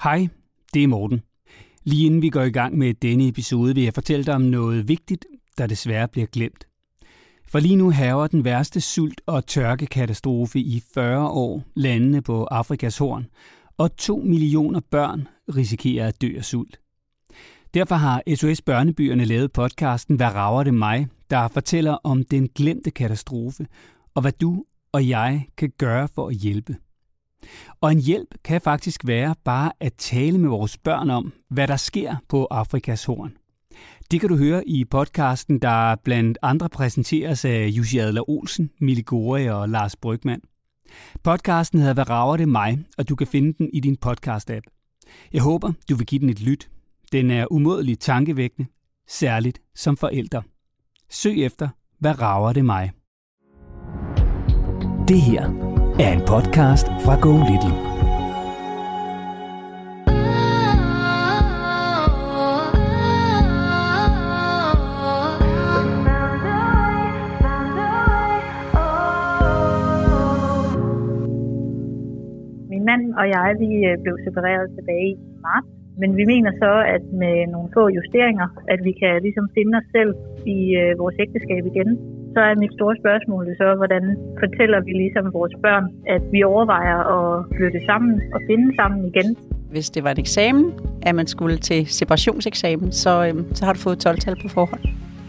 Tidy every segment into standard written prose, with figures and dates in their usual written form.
Hej, det er Morten. Lige inden vi går i gang med denne episode, vil jeg fortælle dig om noget vigtigt, der desværre bliver glemt. For lige nu hærger den værste sult- og tørkekatastrofe i 40 år landene på Afrikas Horn, og 2 millioner børn risikerer at dø af sult. Derfor har SOS Børnebyerne lavet podcasten Hvad rager det mig?, der fortæller om den glemte katastrofe, og hvad du og jeg kan gøre for at hjælpe. Og en hjælp kan faktisk være bare at tale med vores børn om, hvad der sker på Afrikas Horn. Det kan du høre i podcasten, der blandt andre præsenteres af Jussi Adler-Olsen, Mille Gore og Lars Brygmann. Podcasten hedder Hvad rager det mig?, og du kan finde den i din podcast-app. Jeg håber, du vil give den et lyt. Den er umådeligt tankevækkende, særligt som forældre. Søg efter Hvad rager det mig? Det her er en podcast fra Go Little. Min mand og jeg, vi blev separeret tilbage i marts, men vi mener så, at med nogle få justeringer, at vi kan ligesom finde os selv i vores ægteskab igen. Så er mit store spørgsmål så, hvordan fortæller vi ligesom vores børn, at vi overvejer at flytte sammen og finde sammen igen. Hvis det var en eksamen, at man skulle til separationseksamen, så har du fået 12-tal på forhånd.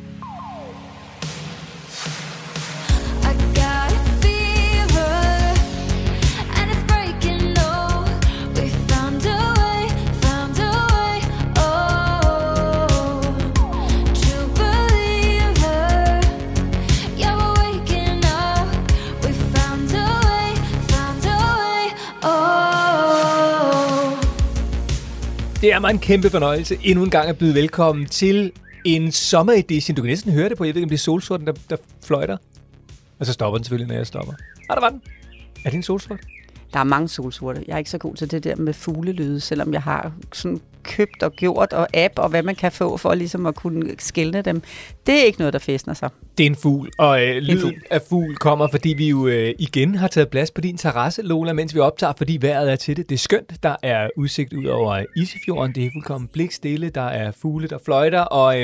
Det er mig en kæmpe fornøjelse endnu en gang at byde velkommen til en sommeredition. Du kan næsten høre det på, jeg ved ikke om det er solsorten, der fløjter. Og så stopper den selvfølgelig, når jeg stopper. Der var den. Er det en solsort? Der er mange solsorte. Jeg er ikke så god til det der med fuglelyde, selvom jeg har sådan købt og gjort og app og hvad man kan få for ligesom at kunne skelne dem. Det er ikke noget, der fæstner sig. Det er en fugl, og lyden af fugl kommer, fordi vi jo igen har taget plads på din terrasse, Lola, mens vi optager, fordi vejret er til det. Det er skønt. Der er udsigt ud over Isefjorden. Det er fuldkommen blikstille. Der er fugle, der fløjter,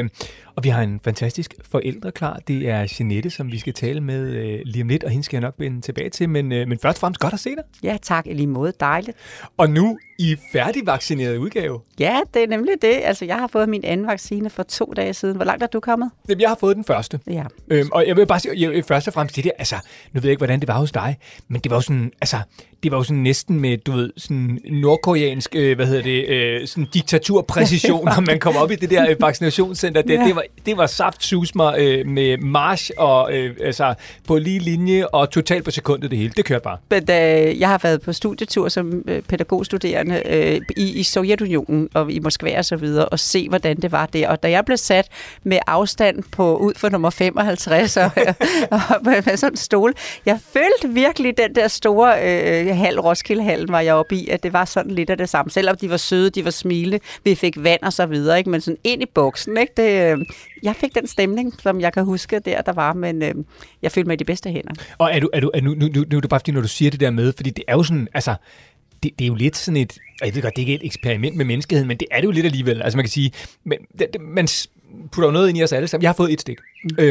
og vi har en fantastisk forældre klar. Det er Jeanette, som vi skal tale med lige om lidt, og hende skal jeg nok vende tilbage til. Men først og fremmest godt at se dig. Ja, tak. I lige måde. Dejligt. Og nu i færdigvaccineret udgave. Ja, det er nemlig det. Altså, jeg har fået min anden vaccine for 2 dage siden. Hvor langt er du kommet? Jamen, jeg har fået den første. Ja. Og jeg vil bare sige, først og fremmest det der, altså, nu ved jeg ikke, hvordan det var hos dig, men det var jo sådan, altså, det var jo sådan næsten med, du ved, sådan nordkoreansk, sådan diktaturpræcision, når man kom op i det der vaccinationscenter. Det var saftsusmer med march og altså på lige linje og totalt på sekundet det hele. Det kørte bare. Men jeg har været på studietur som pædagogstuderende i Sovjetunionen og i Moskva og så videre, og se, hvordan det var der. Og da jeg blev sat med afstand ud for nummer 55 og med sådan en stol, jeg følte virkelig den der store Roskildehallen var jeg oppe i, at det var sådan lidt af det samme. Selvom de var søde, de var smilende, vi fik vand og så videre, ikke? Men sådan ind i boksen, ikke? Jeg fik den stemning, som jeg kan huske der var, men jeg følte mig i de bedste hænder. Og nu er det bare fordi, når du siger det der med, fordi det er jo sådan, altså, det er jo lidt sådan et, og jeg ved godt, det er ikke et eksperiment med menneskeheden, men det er det jo lidt alligevel. Altså man kan sige, man putter jo noget ind i os alle sammen. Jeg har fået 1 stik.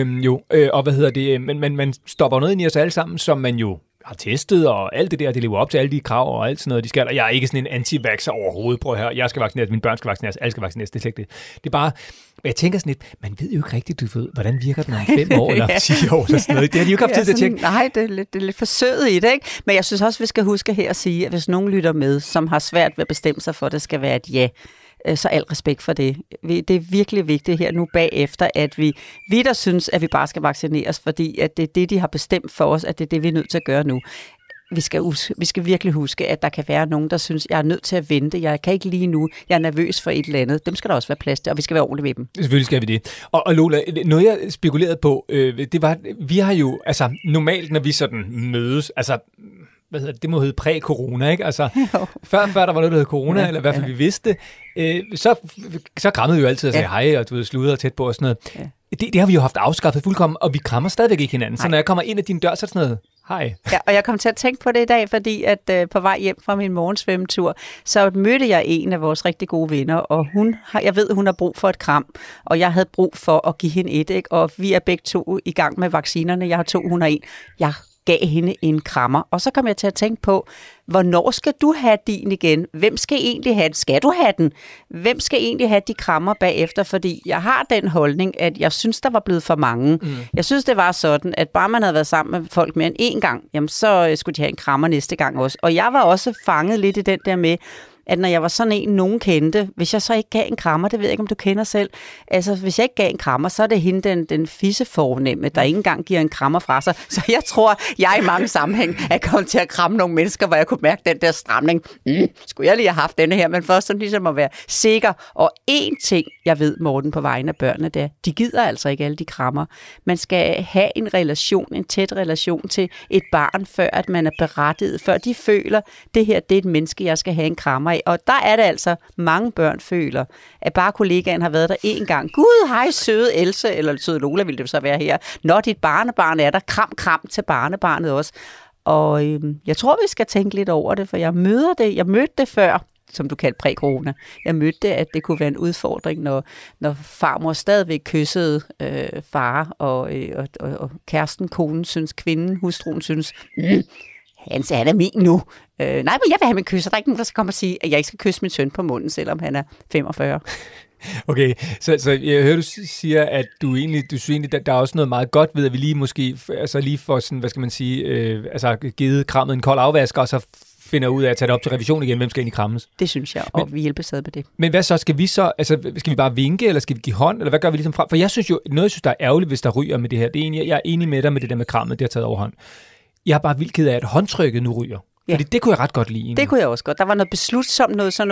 Og man stopper noget ind i os alle sammen, som man jo har testet, og alt det der, det lever op til alle de krav og alt sådan noget, de skal. Og jeg er ikke sådan en anti-vaxxer overhovedet. Prøv her, jeg skal vaccineres, mine børn skal vaccineres, alle skal vaccineres, det er slet ikke det. Det er bare, jeg tænker sådan lidt, man ved jo ikke rigtigt, du ved, hvordan virker den om 5 år eller 10 år eller sådan noget. Det har de jo ikke haft tid til at tjekke. Nej, det er lidt forsøget i det, ikke? Men jeg synes også, vi skal huske her at sige, at hvis nogen lytter med, som har svært ved at bestemme sig for, at det skal være et ja, så al respekt for det. Det er virkelig vigtigt her nu bagefter, at vi der synes, at vi bare skal vaccineres, fordi at det er det, de har bestemt for os, at det er det, vi er nødt til at gøre nu. Vi skal virkelig huske, at der kan være nogen, der synes, jeg er nødt til at vente, jeg kan ikke lige nu, jeg er nervøs for et eller andet. Dem skal der også være plads til, og vi skal være ordentlige med dem. Selvfølgelig skal vi det. Og Lola, noget jeg spekulerede på, det var, vi har jo, altså normalt, når vi sådan mødes, altså det må hedde præ-corona, ikke? Altså, før der var noget, der hed corona, eller i hvert fald vi vidste det, så krammede vi jo altid og sagde hej, og du ved, sludrede tæt på og sådan noget. Ja. Det har vi jo haft afskaffet fuldkommen, og vi krammer stadigvæk ikke hinanden. Så når jeg kommer ind ad din dør, så er det sådan noget, hej. Ja, og jeg kom til at tænke på det i dag, fordi at på vej hjem fra min morgensvømmetur, så mødte jeg en af vores rigtig gode venner, og jeg ved, hun har brug for et kram, og jeg havde brug for at give hende et, ikke? Og vi er begge to i gang med vaccinerne. Jeg har 2, hun har 1. Jeg gav hende en krammer, og så kom jeg til at tænke på, hvornår skal du have din igen? Hvem skal egentlig have den? Skal du have den? Hvem skal egentlig have de krammer bagefter? Fordi jeg har den holdning, at jeg synes, der var blevet for mange. Jeg synes, det var sådan, at bare man havde været sammen med folk mere end 1 gang, jamen så skulle de have en krammer næste gang også. Og jeg var også fanget lidt i den der med, at når jeg var sådan en, nogen kendte, hvis jeg så ikke gav en krammer, det ved jeg ikke, om du kender selv, altså hvis jeg ikke gav en krammer, så er det hende, den fissefornemme, der ikke engang giver en krammer fra sig. Så jeg tror, jeg i mange sammenhæng er kommet til at kramme nogle mennesker, hvor jeg kunne mærke den der stramning. Skulle jeg lige have haft denne her, men først sådan ligesom at være sikker. Og en ting, jeg ved, Morten, på vegne af børnene, det er, de gider altså ikke alle de krammer. Man skal have en relation, en tæt relation til et barn, før at man er berettiget, før de føler, det her, det er et menneske, jeg skal have en krammer af. Og der er det altså, mange børn føler, at bare kollegaen har været der 1 gang. Gud, hej, søde Else, eller søde Lola ville det så være her. Når dit barnebarn er der, kram til barnebarnet også. Og jeg tror, vi skal tænke lidt over det, for jeg mødte det før, som du kaldte præ-corona. Jeg mødte det, at det kunne være en udfordring, når farmor stadigvæk kyssede far, og kæresten, konen synes, kvinden, hustruen synes, han er min nu. Nej, men jeg vil have min kysser. Der er ikke nogen, der skal komme og sige, at jeg ikke skal kysse min søn på munden, selvom han er 45. Okay, så jeg hører, du siger, at du synes egentlig, der er også noget meget godt ved, at vi lige måske, altså lige får sådan, hvad skal man sige, givet krammet en kold afvasker, og så finder ud af at tage det op til revision igen, hvem skal egentlig krammes? Det synes jeg, og vi hjælper sad med det. Men hvad så? Skal vi bare vinke, eller skal vi give hånd, eller hvad gør vi ligesom frem? For jeg synes jo, der er ærgerligt, hvis der ryger med det her. Jeg er enig med dig med det der med krammet, det har taget overhånd. Jeg er bare vildt ked af, at håndtrykket nu ryger. Ja. Fordi det kunne jeg ret godt lide. Det kunne jeg også godt. Der var noget beslutsomt,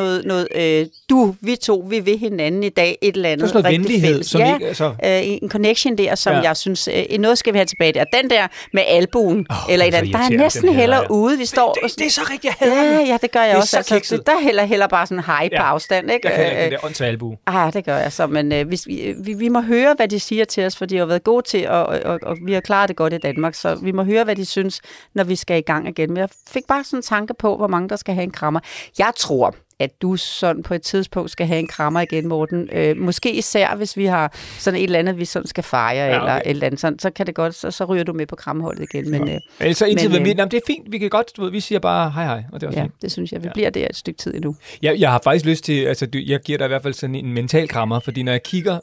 vi vil hinanden i dag, et eller andet. Så noget venlighed. Som ikke, altså... en connection der, som jeg synes, noget skal vi have tilbage der. Den der med albuen, eller et andet, der er næsten heller ude. Vi står, det er så rigtigt, jeg hader den. Ja, det gør jeg også. Altså, der heller bare sådan hej på afstand. Ikke? Jeg kan ikke den der åndssvage albue. Det gør jeg så, men vi må høre, hvad de siger til os, for de har været gode til, og vi har klaret det godt i Danmark, så vi må høre, hvad de synes, når vi skal i gang igen. Men jeg fik bare sådan en tanke på, hvor mange der skal have en krammer. Jeg tror, at du sådan på et tidspunkt skal have en krammer igen, Morten. Måske især, hvis vi har sådan et eller andet, vi sådan skal fejre, eller et eller andet, sådan, så kan det godt, så ryger du med på krammeholdet igen. Men, så indtil det er fint, vi kan godt, vi siger bare hej, og det er også fint. Det synes jeg, vi bliver der et stykke tid endnu. Jeg har faktisk lyst til, altså jeg giver dig i hvert fald sådan en mental krammer, fordi når jeg kigger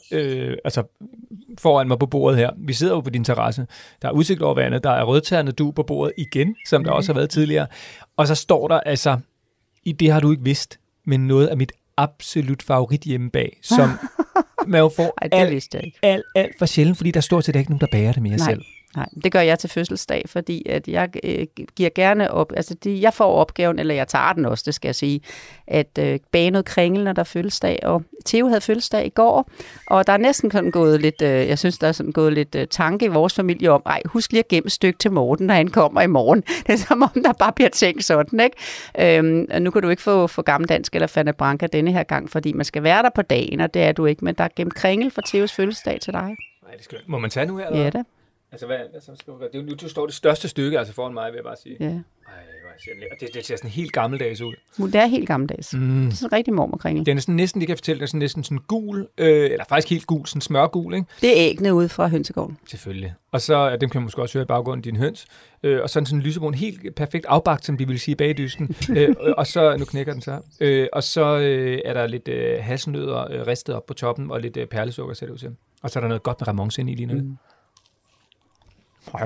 foran mig på bordet her, vi sidder jo på din terrasse, der er udsigt over vandet, der er rødternet du på bordet igen, som der også har været tidligere, og så står der altså, i det har du ikke vidst, men noget af mit absolut favorit hjemme bag, som man jo får alt for sjældent, fordi der står til, at der ikke nogen, der bager det mere selv. Nej, det gør jeg til fødselsdag, fordi at jeg giver gerne op, altså jeg får opgaven, eller jeg tager den også, det skal jeg sige, at bage noget kringel, når der er fødselsdag, og Theo havde fødselsdag i går, og der er næsten sådan gået lidt, jeg synes, der er sådan gået lidt tanke i vores familie om, husk lige at gemme et stykke til Morten, når han kommer i morgen. Det er som om, der bare bliver tænkt sådan, ikke? Nu kan du ikke få gammeldansk eller Fanta Branca denne her gang, fordi man skal være der på dagen, og det er du ikke, men der er gemt kringel for Theos fødselsdag til dig. Nej, det skal må man tage nu her, eller? Ja, det. Altså, nu står det største stykke altså foran mig, vil jeg bare sige. Ja. Det ser sådan helt gammeldags ud. Det er helt gammeldags. Det er sådan en rigtig mormorkringel. Den er sådan næsten, det kan jeg fortælle, den er næsten sådan gul, eller faktisk helt gul, sådan smørgul, ikke? Det er æggene ude fra hønsegården. Selvfølgelig. Og så, dem kan man måske også høre i baggrunden, din høns. Og sådan en lysebrun, helt perfekt afbagt, som de vil sige i bagdysten. Og så, nu knækker den så. Og så er der lidt hasselnødder ristet op på toppen, og lidt perlesukker, ser det ud til. Og så er der noget godt med remonce ind i lige nu. Nej.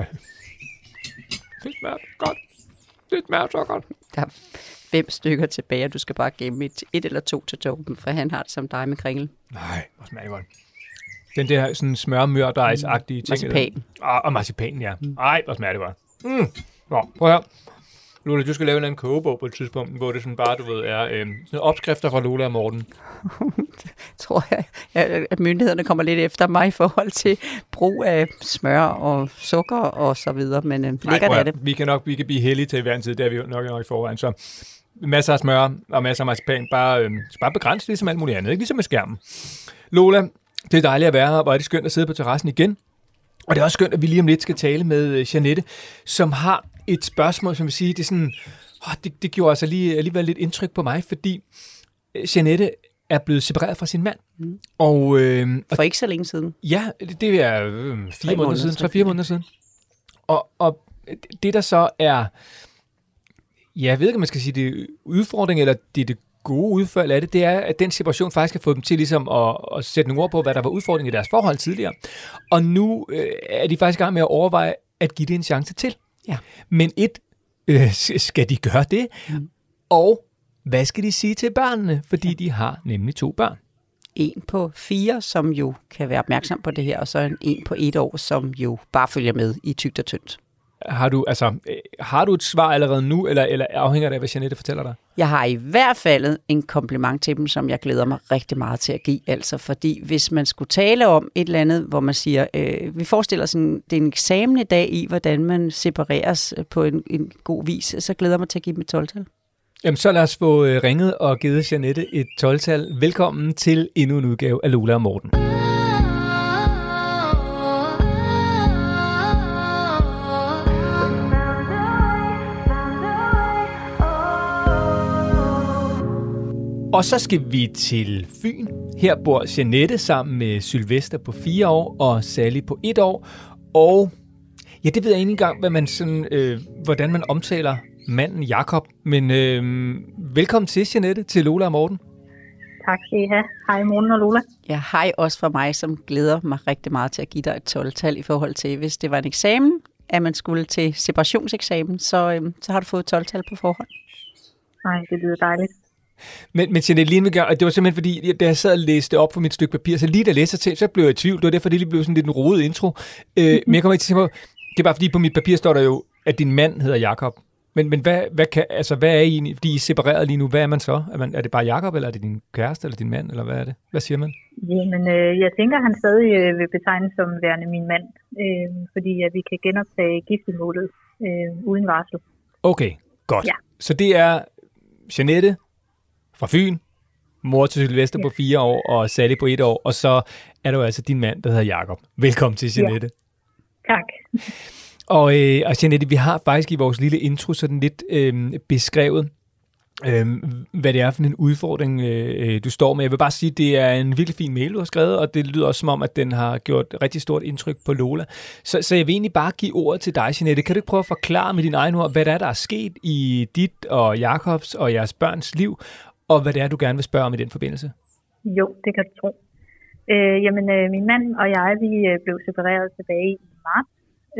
Det smager godt. Det smager så godt. Der er 5 stykker tilbage, og du skal bare gemme et eller 2 til Torben, for han har det som dig med kringel. Nej, hvor smager det godt. Den der sådan smørmørdejsagtige ting. Marcipan. Og marcipan, ja. Nej, hvor smager det godt. Nå, prøv at høre. Lola, du skal lave en eller anden kogebog på et tidspunkt, hvor det sådan bare, du ved, er sådan opskrifter fra Lola og Morten. Tror jeg, at myndighederne kommer lidt efter mig i forhold til brug af smør og sukker og så videre, men lækkert er det. Vi kan blive heldige til hver en tid, det er vi jo nok i forvejen, så masser af smør og masser af marcipan, bare begrænset ligesom alt muligt andet, ikke ligesom med skærmen. Lola, det er dejligt at være her, hvor er det skønt at sidde på terrassen igen. Og det er også skønt, at vi lige om lidt skal tale med Jeanette, som har et spørgsmål, som vil sige, det er sådan, det gjorde altså alligevel lidt indtryk på mig, fordi Jeanette er blevet separeret fra sin mand. Og for ikke så længe siden. Ja, det er 3-4 måneder siden. Og det der så er, jeg ved ikke, om man skal sige, det udfordring, eller det gode udfald af det er, at den separation faktisk har fået dem til ligesom at sætte nogle ord på, hvad der var udfordring i deres forhold tidligere. Og nu er de faktisk i gang med at overveje at give det en chance til. Ja. Men skal de gøre det? Og hvad skal de sige til børnene? Fordi de har nemlig 2 børn. En på 4, som jo kan være opmærksom på det her, og så en på 1 år, som jo bare følger med i tykt og tyndt. Har du et svar allerede nu, eller afhænger det af, hvad Jeanette fortæller dig? Jeg har i hvert fald en kompliment til dem, som jeg glæder mig rigtig meget til at give. Altså, fordi hvis man skulle tale om et eller andet, hvor man siger, vi forestiller os, det er en eksamen i dag i, hvordan man separeres på en god vis, så glæder jeg mig til at give dem et 12-tal. Jamen, så lad os få ringet og givet Jeanette et 12-tal. Velkommen til endnu en udgave af Lola og Morten. Og så skal vi til Fyn. Her bor Jeanette sammen med Sylvester på 4 år og Sally på 1 år. Og ja, det ved jeg ikke engang, hvordan man omtaler manden Jakob. Men velkommen til, Jeanette, til Lola og Morten. Tak skal I have. Hej Morten og Lola. Ja, hej også fra mig, som glæder mig rigtig meget til at give dig et 12-tal i forhold til, hvis det var en eksamen, at man skulle til separationseksamen, så har du fået 12-tal på forhånd. Nej, det lyder dejligt. Men Jeanette, lige det var simpelthen fordi, da jeg sad og læste op på mit stykke papir, så lige da jeg læste til, så blev jeg i tvivl. Det var derfor, det lige blev sådan lidt en rodet intro. Men jeg kommer ikke til at tænke på, det er bare fordi på mit papir står der jo, at din mand hedder Jakob. Men hvad er I, fordi I er separeret lige nu, hvad er man så? Er det bare Jakob, eller er det din kæreste, eller din mand, eller hvad er det? Hvad siger man? Jamen, jeg tænker, at han stadig vil betegnes som værende min mand, fordi at vi kan genoptage giftermålet uden varsel. Okay, godt. Ja. Så det er Jeanette fra Fyn, mor til Sylvester på 4 år, og Sally på 1 år, og så er der jo altså din mand, der hedder Jakob. Velkommen til, Jeanette. Ja. Tak. Og Jeanette, vi har faktisk i vores lille intro sådan lidt beskrevet, hvad det er for en udfordring, du står med. Jeg vil bare sige, at det er en virkelig fin mail, du har skrevet, og det lyder også som om, at den har gjort rigtig stort indtryk på Lola. Så jeg vil egentlig bare give ordet til dig, Jeanette. Kan du ikke prøve at forklare med dine egne ord, hvad der er sket i dit og Jakobs og jeres børns liv, og hvad det er, du gerne vil spørge om i den forbindelse? Jo, det kan du tro. Min mand og jeg, vi blev separeret tilbage i marts.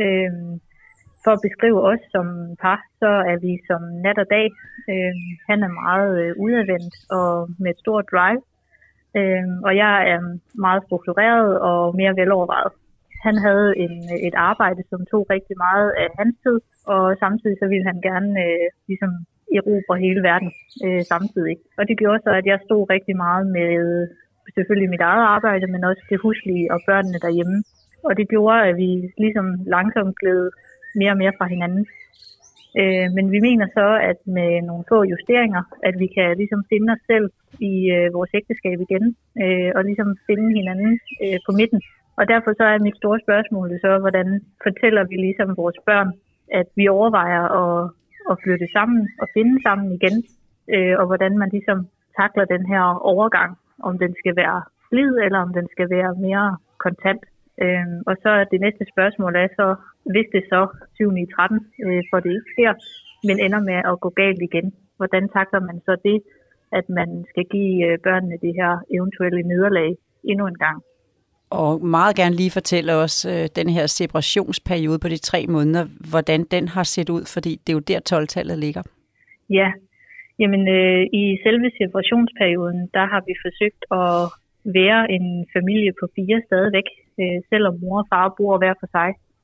For at beskrive os som par, så er vi som nat og dag. Han er meget udadvendt og med et stort drive. Og jeg er meget struktureret og mere velovervejet. Han havde et arbejde, som tog rigtig meget af hans tid, og samtidig så ville han gerne ligesom erobre hele verden samtidig. Og det gjorde så, at jeg stod rigtig meget med selvfølgelig mit eget arbejde, men også det huslige og børnene derhjemme. Og det gjorde, at vi ligesom langsomt gled mere og mere fra hinanden. Men vi mener så, at med nogle få justeringer, at vi kan ligesom finde os selv i vores ægteskab igen, og ligesom finde hinanden på midten. Og derfor så er mit store spørgsmål så, hvordan fortæller vi ligesom vores børn, at vi overvejer at flytte sammen og finde sammen igen, og hvordan man ligesom takler den her overgang, om den skal være blid, eller om den skal være mere kontant. Og så det næste spørgsmål er så, hvis det så 7-9-13, for det ikke sker, men ender med at gå galt igen. Hvordan takler man så det, at man skal give børnene det her eventuelle nederlag endnu en gang? Og meget gerne lige fortælle os den her separationsperiode på de 3 måneder, hvordan den har set ud, fordi det er jo der 12-tallet ligger. Ja, jamen i selve separationsperioden, der har vi forsøgt at være en familie på 4 stadigvæk, selvom mor og far bor hver for sig.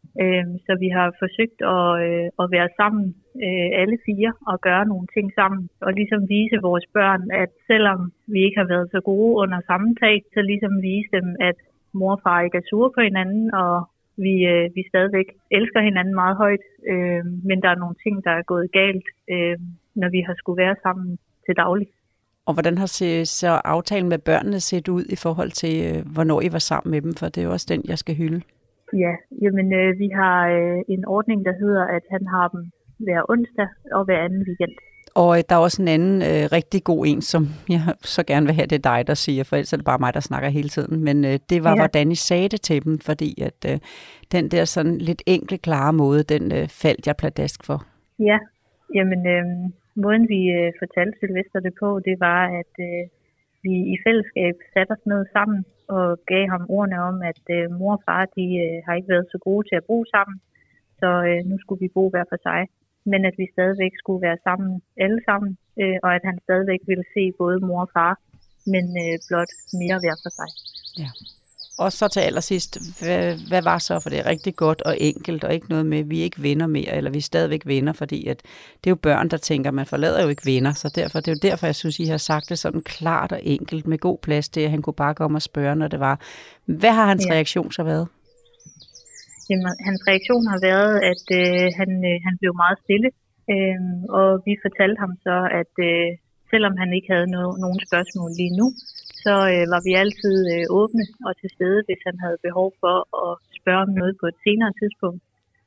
Så vi har forsøgt at være sammen, alle 4, og gøre nogle ting sammen. Og ligesom vise vores børn, at selvom vi ikke har været så gode under samme tag, så ligesom vise dem, at mor og far ikke er sure på hinanden, og vi stadigvæk elsker hinanden meget højt. Men der er nogle ting, der er gået galt, når vi har skulle være sammen til daglig. Og hvordan har så aftalen med børnene set ud i forhold til, hvornår I var sammen med dem? For det er jo også den, jeg skal hylde. Ja, jamen vi har en ordning, der hedder, at han har dem hver onsdag og hver anden weekend. Og der er også en anden rigtig god en, som jeg så gerne vil have, det er dig, der siger, for ellers er det bare mig, der snakker hele tiden. Men det var, hvordan I sagde det til dem, fordi at den der sådan lidt enkle, klare måde, den faldt jeg pladask for. Ja, jamen måden vi fortalte Sylvester det på, det var, at vi i fællesskab satte os ned sammen og gav ham ordene om, at mor og far, de har ikke været så gode til at bo sammen, så nu skulle vi bo hver for sig. Men at vi stadigvæk skulle være sammen, alle sammen, og at han stadigvæk ville se både mor og far, men blot mere hver for sig. Ja. Og så til allersidst, hvad var så, for det er rigtig godt og enkelt, og ikke noget med, at vi ikke venner mere, eller vi er stadigvæk venner, fordi at det er jo børn, der tænker, man forlader jo ikke venner, så derfor, det er jo derfor, jeg synes, I har sagt det sådan klart og enkelt, med god plads til, at han kunne bare komme og spørge, når det var. Hvad har hans reaktion så været? Jamen, hans reaktion har været, at han blev meget stille, og vi fortalte ham så, at selvom han ikke havde nogen spørgsmål lige nu, så var vi altid åbne og til stede, hvis han havde behov for at spørge om noget på et senere tidspunkt.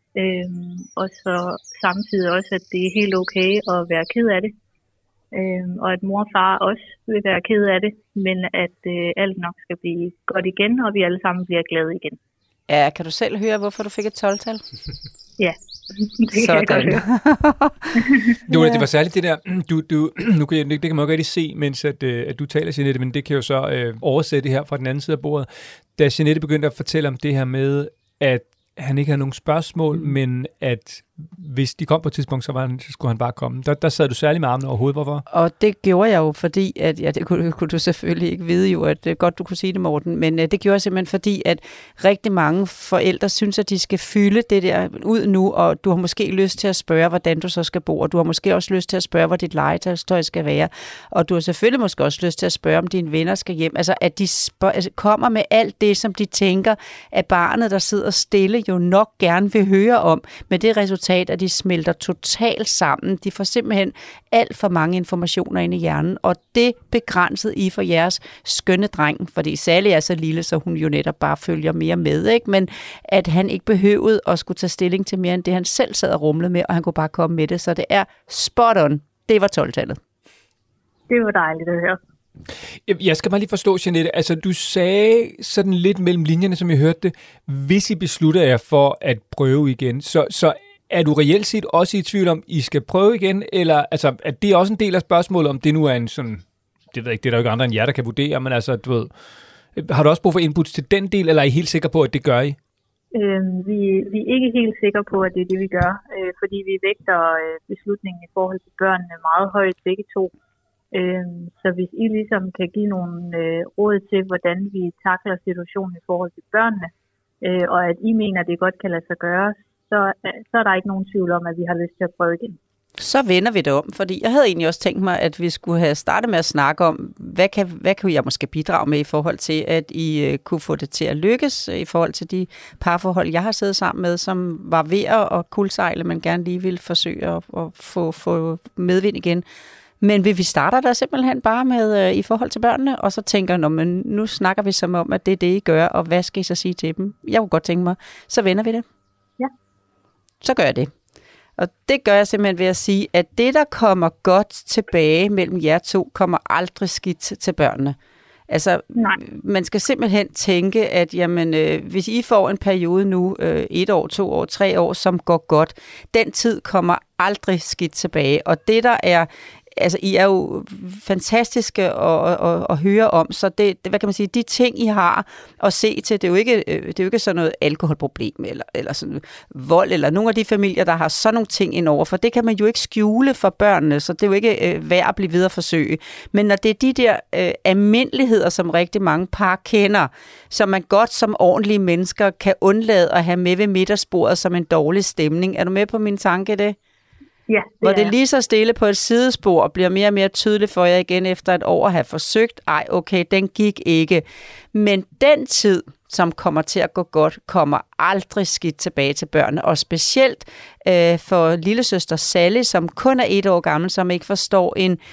Og så samtidig også, at det er helt okay at være ked af det. Og at mor og far også vil være ked af det, men at alt nok skal blive godt igen, og vi alle sammen bliver glade igen. Ja, kan du selv høre, hvorfor du fik et 12-tal? Ja, det kan jeg godt høre. Jo, det var særligt det der, det kan man jo rigtig se, mens at du taler, Jeanette, men det kan jo så oversætte her fra den anden side af bordet. Da Jeanette begyndte at fortælle om det her med, at han ikke havde nogen spørgsmål, men at hvis de kom på et tidspunkt, så skulle han bare komme. Der sad du særlig med armene over hovedet. Hvorfor? Og det gjorde jeg jo, fordi, at det kunne du selvfølgelig ikke vide jo, at det er godt, du kunne sige det, Morten, men det gjorde jeg simpelthen, fordi at rigtig mange forældre synes, at de skal fylde det der ud nu, og du har måske lyst til at spørge, hvordan du så skal bo, og du har måske også lyst til at spørge, hvor dit legetøj skal være, og du har selvfølgelig måske også lyst til at spørge, om dine venner skal hjem. Altså, at de kommer med alt det, som de tænker, at barnet, der sidder stille, jo nok gerne vil høre om, med det resultat, at de smelter totalt sammen. De får simpelthen alt for mange informationer ind i hjernen, og det begrænsede I for jeres skønne dreng, fordi Sally er så lille, så hun jo netop bare følger mere med, ikke? Men at han ikke behøvede at skulle tage stilling til mere end det, han selv sad og rumlede med, og han kunne bare komme med det, så det er spot on. Det var 12-tallet. Det var dejligt at høre. Jeg skal bare lige forstå, Jeanette, altså du sagde sådan lidt mellem linjerne, som jeg hørte det, hvis I beslutter jer for at prøve igen, så er du reelt set også i tvivl om, I skal prøve igen, eller altså, er det også en del af spørgsmålet, om det nu er en sådan, det ved jeg ikke, det er der jo ikke andre end jer, der kan vurdere, men altså, du ved, har du også brug for inputs til den del, eller er I helt sikre på, at det gør I? Vi er ikke helt sikre på, at det er det, vi gør, fordi vi vægter beslutningen i forhold til børnene meget højt begge to. Så hvis I ligesom kan give nogle råd til, hvordan vi takler situationen i forhold til børnene, og at I mener, at det godt kan lade sig gøre, så er der ikke nogen tvivl om, at vi har lyst til at prøve igen. Så vender vi det om, fordi jeg havde egentlig også tænkt mig, at vi skulle have startet med at snakke om, hvad kan jeg måske bidrage med i forhold til, at I kunne få det til at lykkes, i forhold til de parforhold, jeg har siddet sammen med, som var ved at kuldsejle, men gerne lige ville forsøge at få medvind igen. Men vi starter der simpelthen bare med i forhold til børnene, og så tænker jeg, men nu snakker vi som om, at det er det, I gør, og hvad skal I så sige til dem? Jeg kunne godt tænke mig, så vender vi det. Ja. Så gør jeg det. Og det gør jeg simpelthen ved at sige, at det, der kommer godt tilbage mellem jer to, kommer aldrig skidt til børnene. Altså, man skal simpelthen tænke, at jamen, hvis I får en periode nu, 1 år, 2 år, 3 år, som går godt, den tid kommer aldrig skidt tilbage. Og det, der er altså, I er jo fantastiske at høre om, så det, hvad kan man sige, de ting, I har at se til, det er jo ikke sådan noget alkoholproblem, eller sådan vold, eller nogle af de familier, der har sådan nogle ting indover, for det kan man jo ikke skjule for børnene, så det er jo ikke værd at blive ved at forsøge. Men når det er de der almindeligheder, som rigtig mange par kender, som man godt som ordentlige mennesker kan undlade at have med ved middagsbordet som en dårlig stemning. Er du med på min tanke, det? Ja, hvor det lige så stille på et sidespor bliver mere og mere tydeligt for jer igen efter et år at have forsøgt. Ej, okay, den gik ikke. Men den tid, som kommer til at gå godt, kommer aldrig skidt tilbage til børnene. Og specielt for lillesøster Sally, som kun er 1 år gammel, som ikke forstår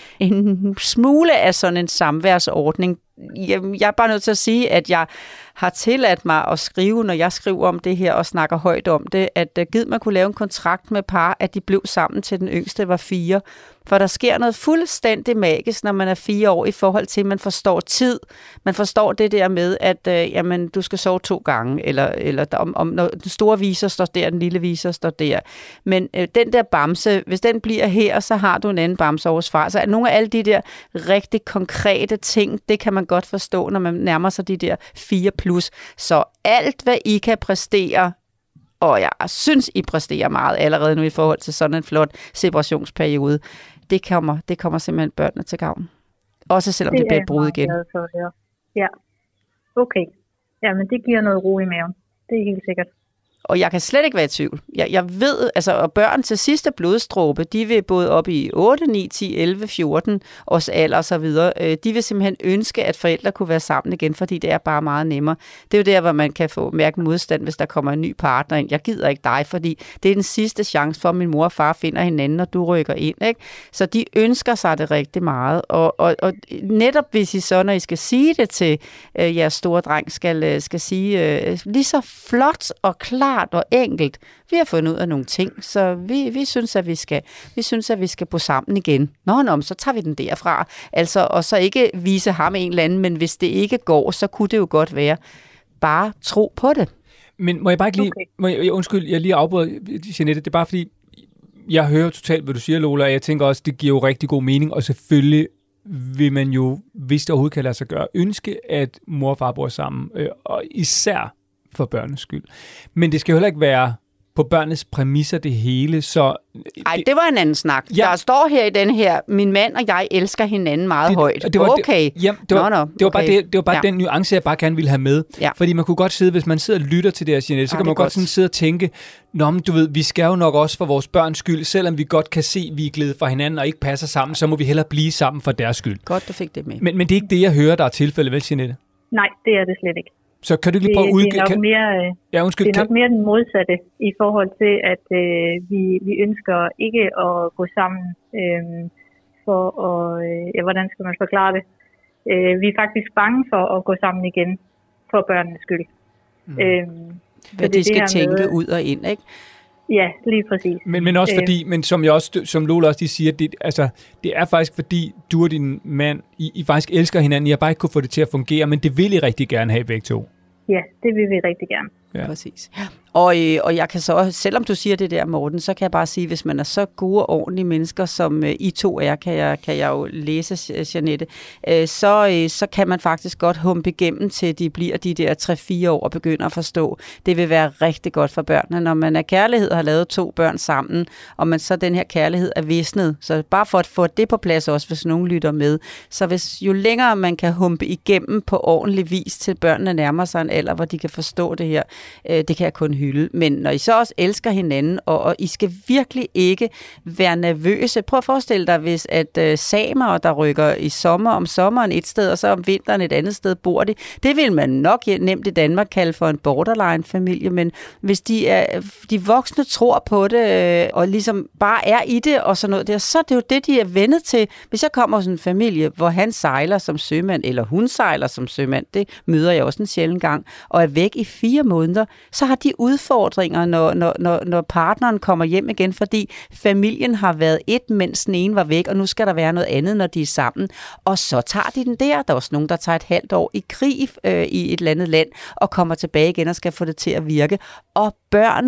en smule af sådan en samværsordning. Jeg er bare nødt til at sige, at jeg har tilladt mig at skrive, når jeg skriver om det her og snakker højt om det, at gid man kunne lave en kontrakt med par, at de blev sammen til den yngste var 4. For der sker noget fuldstændig magisk, når man er 4 år, i forhold til, at man forstår tid. Man forstår det der med, at jamen, du skal sove 2 gange, eller når den store viser står der, den lille viser står der. Men den der bamse, hvis den bliver her, så har du en anden bamse over far. Så nogle af alle de der rigtig konkrete ting, det kan man godt forstå, når man nærmer sig de der 4+. Så alt, hvad I kan præstere, og jeg synes, I præsterer meget allerede nu i forhold til sådan en flot separationsperiode, det kommer simpelthen børnene til gavn. Også selvom det bliver et brud igen. Ja, okay. Jamen, det giver noget ro i maven. Det er helt sikkert. Og jeg kan slet ikke være i tvivl. Jeg ved, altså, og børn til sidste blodstråbe, de vil både op i 8, 9, 10, 11, 14 års alder og så videre. De vil simpelthen ønske, at forældre kunne være sammen igen, fordi det er bare meget nemmere. Det er jo der, hvor man kan få mærke modstand, hvis der kommer en ny partner ind. Jeg gider ikke dig, fordi det er den sidste chance for, at min mor og far finder hinanden, når du rykker ind. Ikke? Så de ønsker sig det rigtig meget. Og netop hvis I så, når I skal sige det til jeres store dreng, skal sige lige så flot og klart og enkelt. Vi har fundet ud af nogle ting, så vi synes, at vi skal bo sammen igen. Nå, så tager vi den derfra. Altså, og så ikke vise ham en eller anden, men hvis det ikke går, så kunne det jo godt være. Bare tro på det. Men må jeg bare ikke lige... Undskyld, jeg lige afbryder, Jeanette. Det er bare fordi, jeg hører totalt, hvad du siger, Lola, og jeg tænker også, det giver jo rigtig god mening, og selvfølgelig vil man jo, hvis det overhovedet kan lade sig gøre, ønske, at mor og far bor sammen, og især for børnenes skyld. Men det skal jo heller ikke være på børnenes præmisser det hele, så... Ej, det var en anden snak. Ja. Der står her i den her, min mand og jeg elsker hinanden meget højt. Det var, okay. Det var bare den nuance, jeg bare gerne ville have med. Ja. Fordi man kunne godt sidde, hvis man sidder og lytter til det her, Jeanette, så kan man godt sådan sidde og tænke, nå, men du ved, vi skal jo nok også for vores børns skyld, selvom vi godt kan se, at vi er glædet fra hinanden og ikke passer sammen, så må vi hellere blive sammen for deres skyld. Godt, du fik det med. Men det er ikke det, jeg hører, der er tilfældet, vel, Jeanette? Nej, det er det slet ikke. Så kan du lige prøve at udgive... Det er nok mere den modsatte i forhold til, at vi ønsker ikke at gå sammen for at... hvordan skal man forklare det? Vi er faktisk bange for at gå sammen igen for børnenes skyld. Hvad de skal tænke ud og ind, ikke? Ja, lige præcis. Men også fordi, men som Lola også siger, det er faktisk fordi, du og din mand, I faktisk elsker hinanden. I har bare ikke kunne få det til at fungere, men det vil I rigtig gerne have begge to. Ja, det vil vi rigtig gerne. Ja. Præcis. Og jeg kan så også, selvom du siger det der, Morten, så kan jeg bare sige, hvis man er så gode og ordentlige mennesker, som I to er, kan jeg jo læse, Jeanette, så kan man faktisk godt humpe igennem, til de bliver de der 3-4 år og begynder at forstå. Det vil være rigtig godt for børnene, når man er kærlighed og har lavet 2 børn sammen, og man så den her kærlighed er visnet. Så bare for at få det på plads også, hvis nogen lytter med. Så jo længere man kan humpe igennem på ordentlig vis, til børnene nærmer sig en alder, hvor de kan forstå det her, det kan jeg kun hylde. Men når I så også elsker hinanden, og I skal virkelig ikke være nervøse. Prøv at forestille dig, hvis at samer, der rykker i om sommeren et sted, og så om vinteren et andet sted bor de. Det vil man nok nemt i Danmark kalde for en borderline-familie, men hvis de voksne tror på det, og ligesom bare er i det, og sådan noget der, så er det jo det, de er vendet til. Hvis jeg kommer hos en familie, hvor han sejler som sømand, eller hun sejler som sømand, det møder jeg også en sjælden gang, og er væk i 4 måneder, så har de udfordringer, når partneren kommer hjem igen, fordi familien har været et, mens den ene var væk, og nu skal der være noget andet, når de er sammen. Og så tager de den der. Der er også nogen, der tager et halvt år i krig i et eller andet land, og kommer tilbage igen og skal få det til at virke. Og børnene,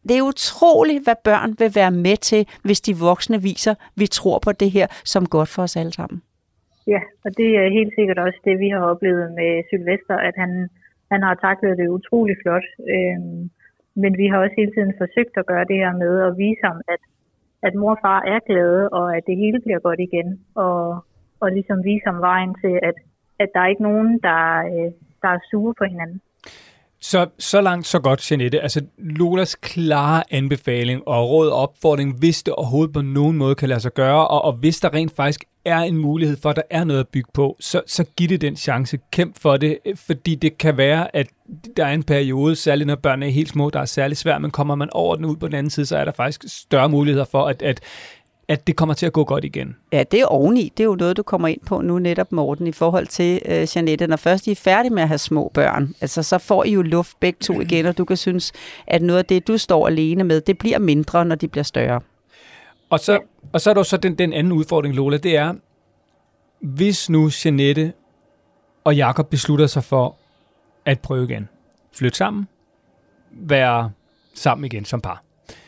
Det er utroligt, hvad børn vil være med til, hvis de voksne viser, vi tror på det her som godt for os alle sammen. Ja, og det er helt sikkert også det, vi har oplevet med Sylvester, at han har taklet det utrolig flot. Men vi har også hele tiden forsøgt at gøre det her med at vise ham, at mor og far er glade, og at det hele bliver godt igen. Og ligesom vise ham vejen til, at der er ikke nogen, der er sure på hinanden. Så langt, så godt, Jeanette. Altså, Lolas klare anbefaling og råd og opfordring, hvis det overhovedet på nogen måde kan lade sig gøre, og hvis der rent faktisk er en mulighed for, at der er noget at bygge på, så giv det den chance. Kæmp for det, fordi det kan være, at der er en periode, særligt når børnene er helt små, der er særligt svært, men kommer man over den ud på den anden side, så er der faktisk større muligheder for, at det kommer til at gå godt igen. Ja, det er oveni. Det er jo noget, du kommer ind på nu netop, Morten, i forhold til Jeanette. Når først I er færdige med at have små børn, altså, så får I jo luft begge to igen, og du kan synes, at noget af det, du står alene med, det bliver mindre, når de bliver større. Og så er der så den anden udfordring, Lola, det er, hvis nu Jeanette og Jakob beslutter sig for at prøve igen, flytte sammen, være sammen igen som par.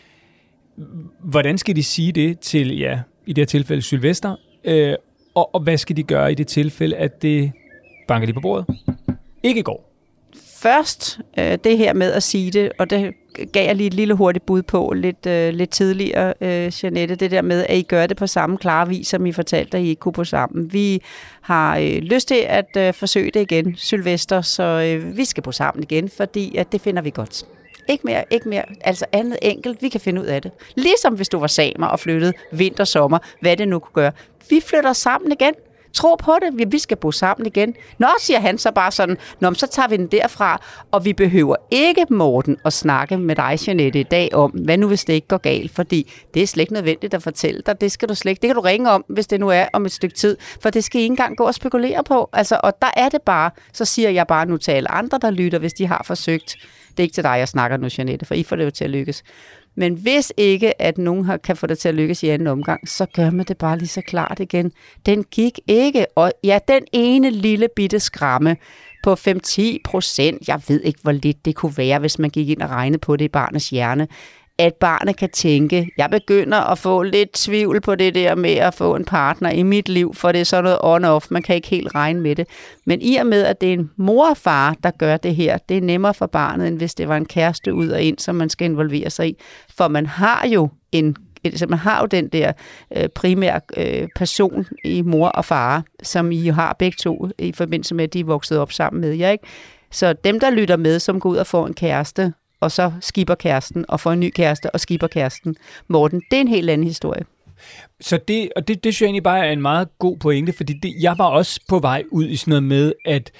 Hvordan skal de sige det til, ja, i det her tilfælde Sylvester, og hvad skal de gøre i det tilfælde, at det banker de på bordet? Ikke går. Først det her med at sige det, og det gav jeg lige et lille hurtigt bud på lidt tidligere, Jeanette, det der med, at I gør det på samme klare vis, som I fortalte, at I ikke kunne på sammen. Vi har lyst til at forsøge det igen, Sylvester, så vi skal på sammen igen, fordi at det finder vi godt. Ikke mere, altså andet enkelt, vi kan finde ud af det. Ligesom hvis du var samer og flyttede vinter, sommer, hvad det nu kunne gøre. Vi flytter sammen igen. Tro på det, vi skal bo sammen igen. Nå, siger han så bare sådan, nå, så tager vi den derfra, og vi behøver ikke, Morten, at snakke med dig, Jeanette, i dag om, hvad nu hvis det ikke går galt, fordi det er slet ikke nødvendigt at fortælle dig, det skal du slet ikke, det kan du ringe om, hvis det nu er om et stykke tid, for det skal I ikke engang gå og spekulere på, altså, og der er det bare, så siger jeg bare nu til alle andre, der lytter, hvis de har forsøgt. Det er ikke til dig, jeg snakker nu, Jeanette, for I får det jo til at lykkes. Men hvis ikke, at nogen kan få det til at lykkes i anden omgang, så gør man det bare lige så klart igen. Den gik ikke, og ja, den ene lille bitte skramme på 5-10%, jeg ved ikke, hvor lidt det kunne være, hvis man gik ind og regnede på det i barnets hjerne, at barnet kan tænke, jeg begynder at få lidt tvivl på det der med at få en partner i mit liv, for det er sådan noget on-off, man kan ikke helt regne med det. Men i og med, at det er en mor og far, der gør det her, det er nemmere for barnet, end hvis det var en kæreste ud og ind, som man skal involvere sig i. For man har jo den der primære person i mor og far, som I har begge to i forbindelse med, at de er vokset op sammen med jer, ikke? Så dem, der lytter med, som går ud og får en kæreste, og så skipper kæresten, og får en ny kæreste, og skipper kæresten. Morten, det er en helt anden historie. Så det synes jeg egentlig bare er en meget god pointe, fordi jeg var også på vej ud i sådan noget med, at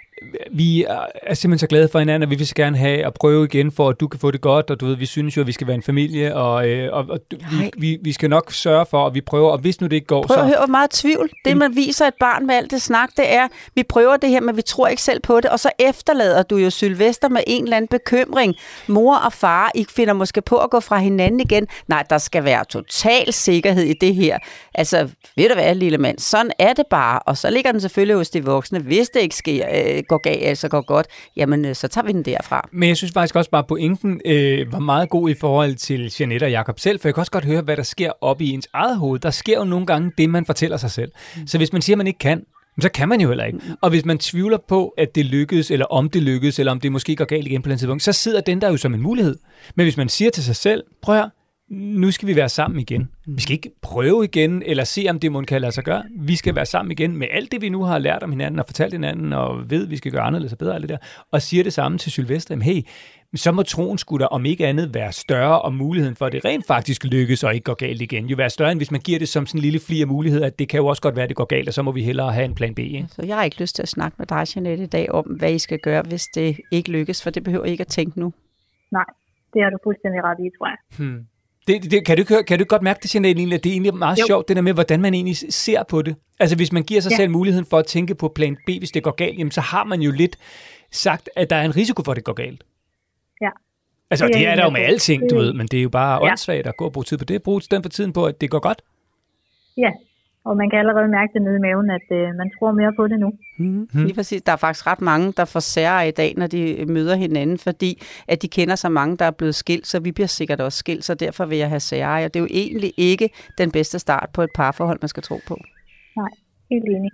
vi er simpelthen så glade for hinanden, og vi vil så gerne have at prøve igen, for at du kan få det godt, og du ved, vi synes jo, at vi skal være en familie, og vi skal nok sørge for, at vi prøver, og hvis nu det ikke går, Prøv at høre, hvor meget tvivl. Det, man viser et barn med alt det snak, det er, vi prøver det her, men vi tror ikke selv på det, og så efterlader du jo Sylvester med en eller anden bekymring. Mor og far, I finder måske på at gå fra hinanden igen. Nej, der skal være total sikkerhed i det her. Altså, ved du hvad, lille mand, sådan er det bare, og så ligger den selvfølgelig hos de voksne, hvis det ikke sker, går galt, altså går godt, jamen så tager vi den derfra. Men jeg synes faktisk også bare, at pointen var meget god i forhold til Jeanette og Jakob selv, for jeg kan også godt høre, hvad der sker oppe i ens eget hoved. Der sker jo nogle gange det, man fortæller sig selv. Så hvis man siger, at man ikke kan, så kan man jo heller ikke. Og hvis man tvivler på, at det lykkedes, eller om det lykkedes, eller om det måske går galt igen på den tidspunkt, så sidder den der jo som en mulighed. Men hvis man siger til sig selv, prøv at nu skal vi være sammen igen. Vi skal ikke prøve igen, eller se, om det må kan lade sig gøre. Vi skal være sammen igen med alt det, vi nu har lært om hinanden, og fortalt hinanden, og ved, vi skal gøre anderledes og bedre, alt det der. Og siger det samme til Sylvester. Jamen, hey, så må troen skulle der om ikke andet være større, og muligheden for, at det rent faktisk lykkes, og ikke går galt igen. Jo være større, end hvis man giver det som sådan en lille fli af mulighed, at det kan jo også godt være, at det går galt, og så må vi hellere have en plan B. Ikke? Så jeg har ikke lyst til at snakke med dig, Jeanette, i dag om, hvad I skal gøre, hvis det ikke lykkes, for det behøver I ikke at tænke nu. Nej, det har du fuldstændig ret i, tror jeg. Kan du godt mærke det, Jeanette, at det er egentlig meget sjovt, det der med, hvordan man egentlig ser på det? Altså, hvis man giver sig selv muligheden for at tænke på plan B, hvis det går galt, jamen, så har man jo lidt sagt, at der er en risiko for, at det går galt. Ja. Altså, det er der jo med alting, du ved, men det er jo bare åndssvagt at gå og bruge tid på det. Brug den for tiden på, at det går godt. Ja, Og man kan allerede mærke det nede i maven, at man tror mere på det nu. Lige præcis. Der er faktisk ret mange, der får sære i dag, når de møder hinanden, fordi at de kender så mange, der er blevet skilt, så vi bliver sikkert også skilt, så derfor vil jeg have sære. Og det er jo egentlig ikke den bedste start på et parforhold, man skal tro på. Nej, helt enig.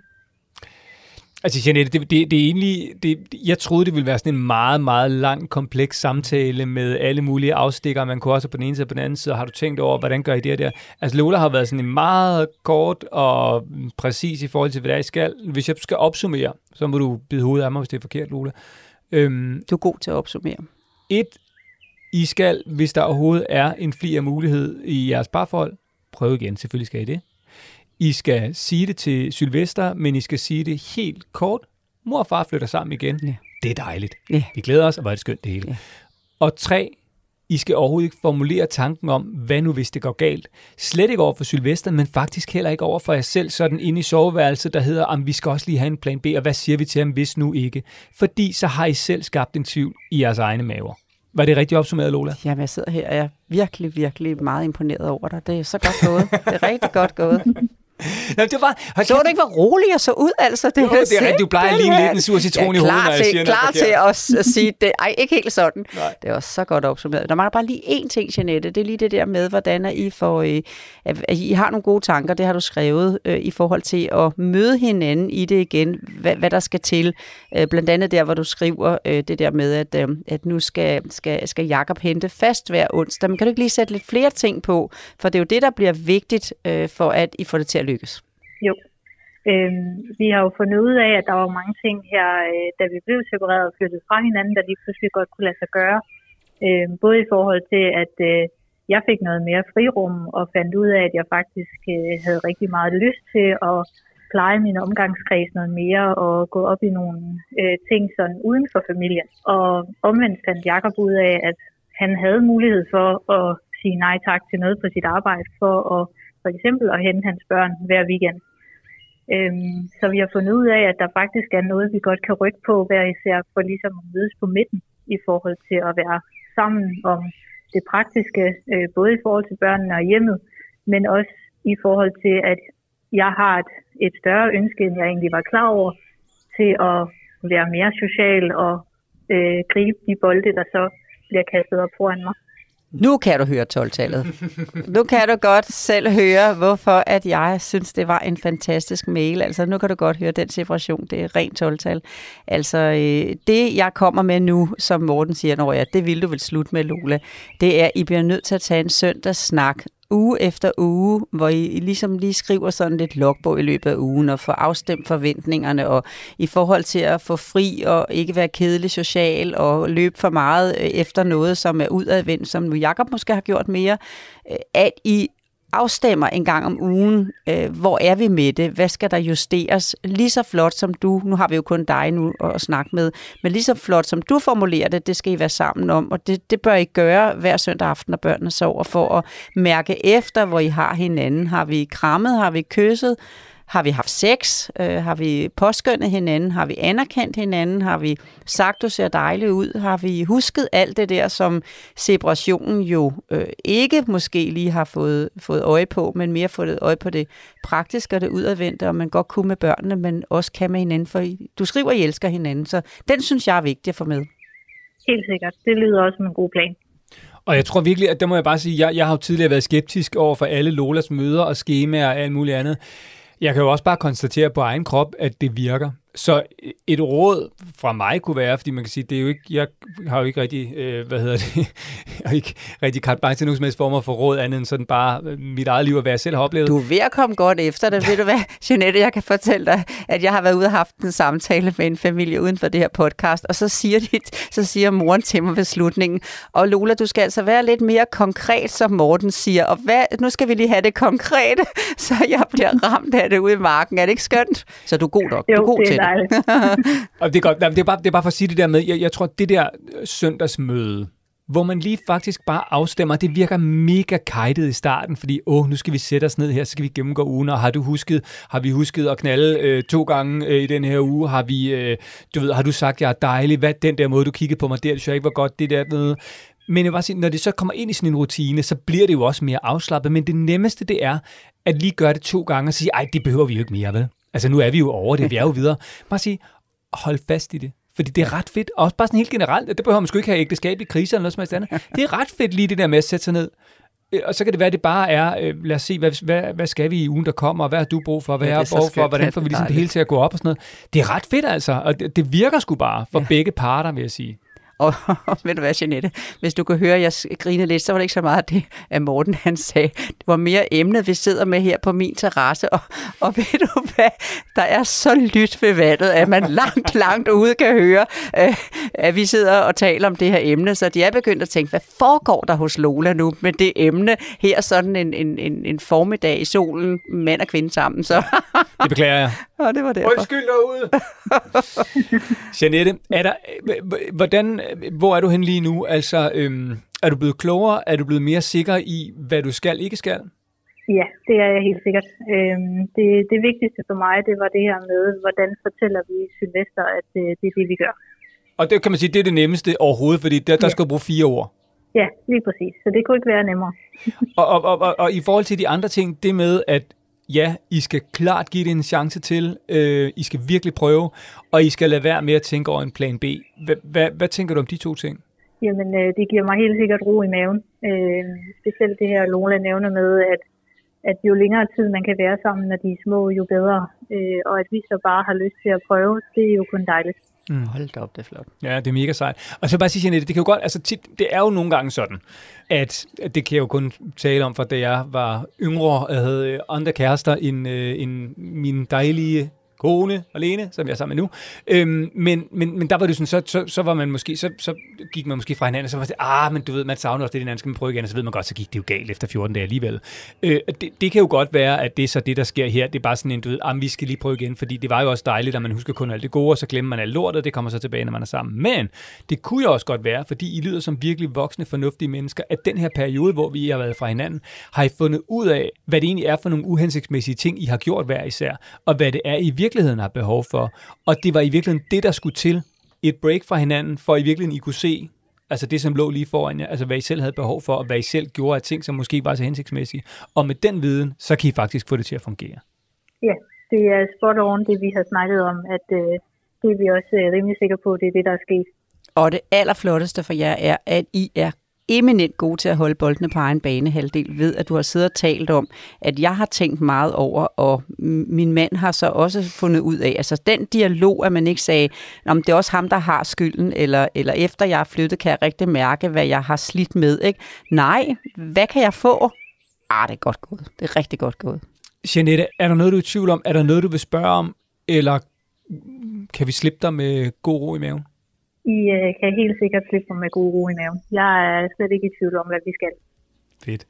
Altså Jeanette, det er egentlig, jeg troede, det ville være sådan en meget, meget lang, kompleks samtale med alle mulige afstikker. Man kunne også på den ene side og på den anden side. Har du tænkt over, hvordan gør I det der? Altså Lola har været sådan en meget kort og præcis i forhold til, hvad det er, I skal. Hvis jeg skal opsummere, så må du bide hovedet af mig, hvis det er forkert, Lola. Du er god til at opsummere. I skal, hvis der overhovedet er en fli af mulighed i jeres parforhold, prøv igen, selvfølgelig skal I det. I skal sige det til Sylvester, men I skal sige det helt kort. Mor og far flytter sammen igen. Ja. Det er dejligt. Ja. Vi glæder os, og hvor er det skønt det hele. Ja. Og 3, I skal overhovedet ikke formulere tanken om, hvad nu hvis det går galt. Slet ikke over for Sylvester, men faktisk heller ikke over for jer selv, sådan inde i soveværelset, der hedder, om vi skal også lige have en plan B, og hvad siger vi til ham, hvis nu ikke? Fordi så har I selv skabt en tvivl i jeres egne maver. Var det rigtig opsummeret, Lola? Jamen, jeg sidder her og jeg er virkelig, virkelig meget imponeret over dig. Det er så godt gået. Det er rigtig godt gået. Jamen, det var, så du ikke, hvor rolig jeg så ud, altså? Det, jo, det er rigtigt, du plejer lige lidt en sur citron i hovedet, når jeg siger klar til at sige det. Ej, ikke helt sådan. Nej. Det er også så godt opsummeret. Der mangler bare lige én ting, Jeanette. Det er lige det der med, hvordan I får... I har nogle gode tanker, det har du skrevet, i forhold til at møde hinanden i det igen. Hvad der skal til. Blandt andet der, hvor du skriver det der med, at nu skal Jakob hente fast hver onsdag. Men kan du ikke lige sætte lidt flere ting på? For det er jo det, der bliver vigtigt, for at I får det til at lykkes. Jo. Vi har jo fundet ud af, at der var mange ting her, da vi blev separeret og flyttet fra hinanden, der lige pludselig godt kunne lade sig gøre. Både i forhold til, at jeg fik noget mere frirum og fandt ud af, at jeg faktisk havde rigtig meget lyst til at pleje min omgangskreds noget mere og gå op i nogle ting sådan uden for familien. Og omvendt fandt Jakob ud af, at han havde mulighed for at sige nej tak til noget på sit arbejde for eksempel at hente hans børn hver weekend. Så vi har fundet ud af, at der faktisk er noget, vi godt kan rykke på, hver især for ligesom at mødes på midten i forhold til at være sammen om det praktiske, både i forhold til børnene og hjemmet, men også i forhold til, at jeg har et større ønske, end jeg egentlig var klar over, til at være mere social og gribe de bolde, der så bliver kastet op foran mig. Nu kan du høre 12-tallet. Nu kan du godt selv høre, hvorfor at jeg synes, det var en fantastisk mail. Altså, nu kan du godt høre den separation. Det er rent 12-tal. Altså, det jeg kommer med nu, som Morten siger, det vil du vel slutte med, Lola, det er, at I bliver nødt til at tage en søndagssnak uge efter uge, hvor I ligesom lige skriver sådan lidt logbog i løbet af ugen og får afstemt forventningerne og i forhold til at få fri og ikke være kedelig social og løbe for meget efter noget, som er udadvendt, som nu Jakob måske har gjort mere, at I afstemmer en gang om ugen, hvor er vi med det, hvad skal der justeres, lige så flot som du, nu har vi jo kun dig nu at snakke med, men lige så flot som du formulerer det, det skal I være sammen om, og det bør I gøre hver søndag aften, når børnene sover, for at mærke efter, hvor I har hinanden. Har vi krammet, har vi kysset, har vi haft sex, har vi påskønnet hinanden, har vi anerkendt hinanden, har vi sagt, du ser dejlig ud, har vi husket alt det der, som separationen jo ikke måske lige har fået øje på, men mere fået øje på det praktiske og det udadvendte, og man godt kunne med børnene, men også kan med hinanden, for du skriver, at I elsker hinanden, så den synes jeg er vigtig at få med. Helt sikkert. Det lyder også som en god plan. Og jeg tror virkelig, at der må jeg bare sige, jeg har jo tidligere været skeptisk over for alle Lolas møder og skemaer og alt muligt andet. Jeg kan jo også bare konstatere på egen krop, at det virker. Så et råd fra mig kunne være, fordi man kan sige, det er jo ikke, jeg har jo ikke rigtig, jeg har ikke rigtig carte blanche til nogen som helst former for råd, andet end sådan bare mit eget liv og hvad jeg selv har oplevet. Du er ved at komme godt efter det, ved du hvad, Jeanette, jeg kan fortælle dig, at jeg har været ude og haft en samtale med en familie uden for det her podcast, og så siger moren til mig ved slutningen, og Lola, du skal altså være lidt mere konkret, som Morten siger, og nu skal vi lige have det konkrete, så jeg bliver ramt af det ude i marken. Er det ikke skønt? Så du er god nok. Jo, du er god til det. Og det er godt. Det er bare for at sige det der med, jeg tror, det der søndagsmøde, hvor man lige faktisk bare afstemmer, det virker mega kajtet i starten, fordi nu skal vi sætte os ned her, så skal vi gennemgå ugen, og har vi husket at knalde 2 gange i den her uge, har du sagt, jeg er dejlig, hvad den der måde, du kiggede på mig der, det synes jeg ikke var godt, det der med. Men jeg vil bare sige, når det så kommer ind i sådan en rutine, så bliver det jo også mere afslappet. Men det nemmeste, det er at lige gøre det 2 gange og sige, ej, det behøver vi jo ikke mere, vel? Altså, nu er vi jo over det, vi er jo videre. Bare sige, hold fast i det. Fordi det er ret fedt. Og også bare sådan helt generelt, det behøver man sgu ikke have ægteskabelige kriser eller noget som helst andet. Det er ret fedt lige det der med at sætte sig ned. Og så kan det være, at det bare er, lad os se, hvad skal vi i ugen, der kommer, og hvad har du brug for, hvad har jeg brug for, hvordan får vi ligesom det hele til at gå op og sådan noget. Det er ret fedt altså, og det virker sgu bare for begge parter, vil jeg sige. Og ved du hvad, Jeanette, hvis du kan høre, at jeg griner lidt, så var det ikke så meget det, at Morten han sagde. Det var mere emnet, vi sidder med her på min terrasse, og ved du hvad, der er så lyt ved vandet, at man langt ude kan høre, at vi sidder og taler om det her emne, så de er begyndt at tænke, hvad foregår der hos Lola nu med det emne her, sådan en formiddag i solen, mand og kvinde sammen, så... Det beklager jeg. Og det var derfor. Undskyld derude. Jeanette, hvor er du hen lige nu? Altså, er du blevet klogere? Er du blevet mere sikker i, hvad du skal, ikke skal? Ja, det er jeg helt sikkert. Det vigtigste for mig, det var det her med, hvordan fortæller vi Sylvester, at det er det, vi gør. Og det kan man sige, det er det nemmeste overhovedet, fordi der skal du bruge 4 ord. Ja, lige præcis. Så det kunne ikke være nemmere. og i forhold til de andre ting, det med, at ja, I skal klart give det en chance til. I skal virkelig prøve, og I skal lade være med at tænke over en plan B. Hvad tænker du om de 2 ting? Jamen, det giver mig helt sikkert ro i maven. Specielt det her, Lola nævner med, at jo længere tid man kan være sammen, når de er små, jo bedre. Og at vi så bare har lyst til at prøve, det er jo kun dejligt. Hold da op, det er flot. Ja, det er mega sejt. Og så bare sige, Jeanette, det kan jo godt, altså det er jo nogle gange sådan, at det kan jeg jo kun tale om, for da jeg var yngre og havde andre kærester end min dejlige kone, Alene, som jeg er sammen med nu. Men der var det sådan, så var man måske, så gik man måske fra hinanden, og så var det, men du ved, man savner også det, den skal man prøve igen, og så ved man godt, så gik det jo galt efter 14 dage alligevel. Det kan jo godt være, at det er så det, der sker her. Det er bare sådan en, du ved, vi skal lige prøve igen, fordi det var jo også dejligt, at man husker kun alt det gode, og så glemmer man alt lortet, og det kommer så tilbage, når man er sammen. Men det kunne jo også godt være, fordi I lyder som virkelig voksne, fornuftige mennesker, at den her periode, hvor vi har været fra hinanden, har I fundet ud af, hvad det egentlig er for nogle uhensigtsmæssige ting, I har gjort hver især, og hvad det er, I virkeligheden har behov for. Og det var i virkeligheden det, der skulle til, et break fra hinanden, for i virkeligheden I kunne se, altså det, som lå lige foran jer, altså hvad I selv havde behov for, og hvad I selv gjorde af ting, som måske var så hensigtsmæssige. Og med den viden, så kan I faktisk få det til at fungere. Ja, det er spot on, det vi har snakket om, at det er vi også rimelig sikre på, det er det, der er sket. Og det allerflotteste for jer er, at I er eminent gode til at holde boldene på egen banehalvdel ved, at du har siddet og talt om, at jeg har tænkt meget over, og min mand har så også fundet ud af, altså den dialog, at man ikke sagde, det er også ham, der har skylden, eller efter jeg er flyttet, kan jeg rigtig mærke, hvad jeg har slidt med, ikke? Nej, hvad kan jeg få? Det er godt gået. Det er rigtig godt gået. Jeanette, er der noget, du er i tvivl om? Er der noget, du vil spørge om? Eller kan vi slippe dig med god ro i maven? I kan helt sikkert slippe med god ro i maven. Jeg er slet ikke i tvivl om, hvad vi skal. Fedt.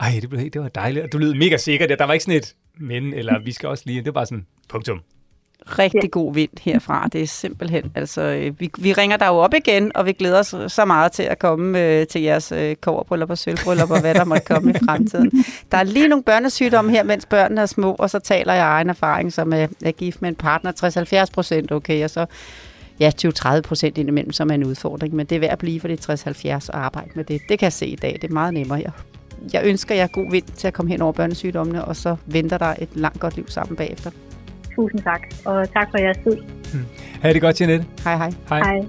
Det var dejligt. Du lød mega sikkert. Der var ikke sådan et men, eller vi skal også lige. Det var bare sådan, punktum. Rigtig god vind herfra. Det er simpelthen, altså, vi ringer dig jo op igen, og vi glæder os så meget til at komme til jeres kobberbryllup og sølvbryllup og hvad der måtte komme i fremtiden. Der er lige nogle børnesygdomme her, mens børnene er små, og så taler jeg egen erfaring, som er gift med en partner 60-70%, okay, og så 20-30% indimellem, som er en udfordring, men det er værd at blive for det 60-70 og arbejde med det. Det kan jeg se i dag, det er meget nemmere. Jeg ønsker jer god vind til at komme hen over børnesygdommene, og så venter der et langt godt liv sammen bagefter. Tusind tak, og tak for jeres tid. Ha' det godt, Jeanette. Hej. Hej.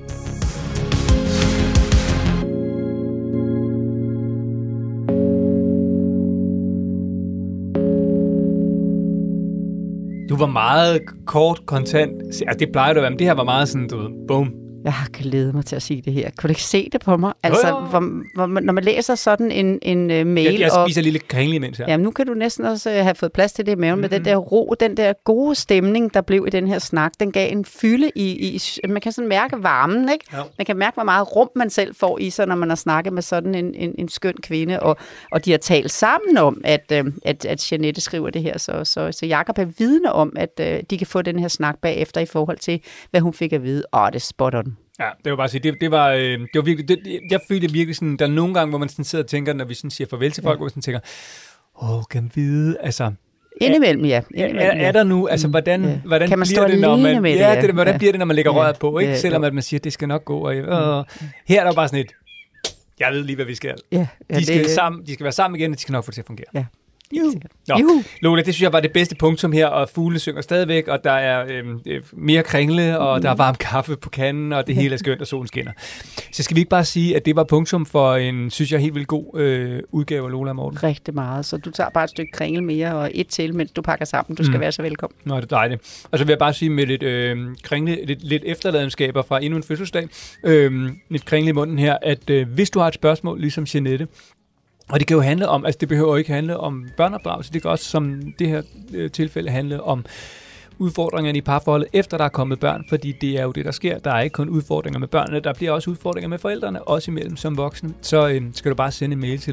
Du var meget kort, kontant. Altså, det plejer du at være, men det her var meget sådan, du ved, boom. Jeg har glædet mig til at sige det her. Kunne du ikke se det på mig? Altså, når man læser sådan en mail... Jeg spiser lille kringle imens her. Jamen, nu kan du næsten også have fået plads til det i maven, med den der ro, den der gode stemning, der blev i den her snak. Den gav en fylde i man kan sådan mærke varmen, ikke? Ja. Man kan mærke, hvor meget rum man selv får i sig, når man har snakket med sådan en skøn kvinde. Og de har talt sammen om, at Jeanette skriver det her. Så Jakob er vidne om, at de kan få den her snak bagefter i forhold til, hvad hun fik at vide. Det er spot on. Ja, det var bare at sige, det var virkelig, jeg følte virkelig sådan, der er nogle gange, hvor man sådan sidder og tænker, når vi sådan siger farvel til folk, hvor man sådan tænker, kan man vide, altså... Indimellem, ja. Er der nu, altså hvordan kan man bliver det, når man... Hvordan bliver det, når man lægger røret på, ikke? Selvom at man siger, det skal nok gå. Og her er der bare sådan et... Jeg ved lige, hvad vi skal. Ja, De skal være sammen igen, og de skal nok få det til at fungere. Ja. Nå, Lola, det synes jeg var det bedste punktum her, og fugle synger stadigvæk, og der er mere kringle, og der er varm kaffe på kanden, og det hele er skønt, og solen skinner. Så skal vi ikke bare sige, at det var punktum for en, synes jeg, helt vildt god udgave af Lola og Morten? Rigtig meget, så du tager bare et stykke kringle mere, og et til, mens du pakker sammen. Du skal være så velkommen. Nå, det er dejligt. Og så vil jeg bare sige med lidt kringle, lidt efterladenskaber fra endnu en fødselsdag, lidt kringle i munden her, at hvis du har et spørgsmål, ligesom Jeanette, og det kan jo handle om, altså det behøver ikke handle om børneopdragelse, det kan også som det her tilfælde handle om udfordringerne i parforholdet, efter der er kommet børn, fordi det er jo det, der sker. Der er ikke kun udfordringer med børnene, der bliver også udfordringer med forældrene, også imellem som voksne. Så skal du bare sende en mail til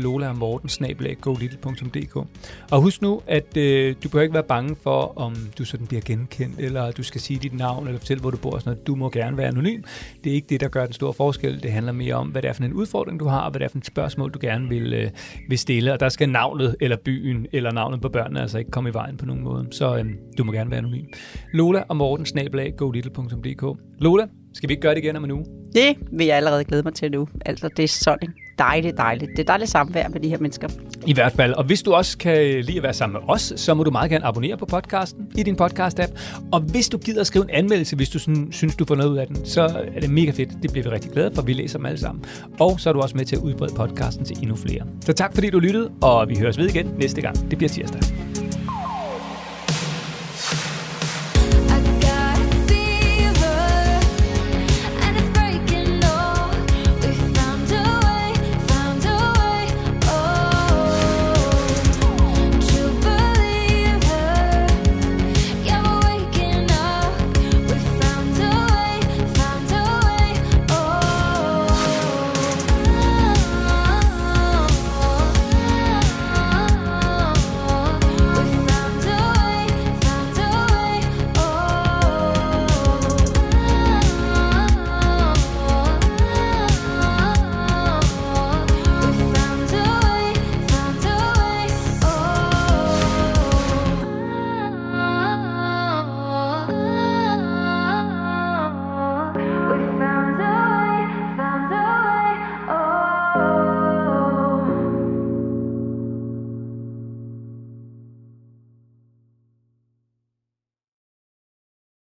lola@morten@golittle.dk. Og husk nu, at du behøver ikke være bange for, om du sådan bliver genkendt, eller du skal sige dit navn, eller fortælle, hvor du bor og sådan noget. Du må gerne være anonym. Det er ikke det, der gør den store forskel. Det handler mere om, hvad det er for en udfordring, du har, og hvad det er for et spørgsmål, du gerne vil stille. Og der skal navnet, eller byen, eller navnet på børnene altså ikke komme i vejen på nogen måde. Så du må gerne være anonym. Lola og Morten @golittle.dk. Lola, skal vi ikke gøre det igen om en uge? Det vil jeg allerede glæde mig til nu. Altså, det er sådan dejligt. Det er dejligt samvær med de her mennesker. I hvert fald. Og hvis du også kan lide at være sammen med os, så må du meget gerne abonnere på podcasten i din podcast-app. Og hvis du gider at skrive en anmeldelse, hvis du synes, du får noget ud af den, så er det mega fedt. Det bliver vi rigtig glade for. Vi læser dem alle sammen. Og så er du også med til at udbrede podcasten til endnu flere. Så tak fordi du lyttede, og vi høres ved igen næste gang. Det bliver tirsdag. We found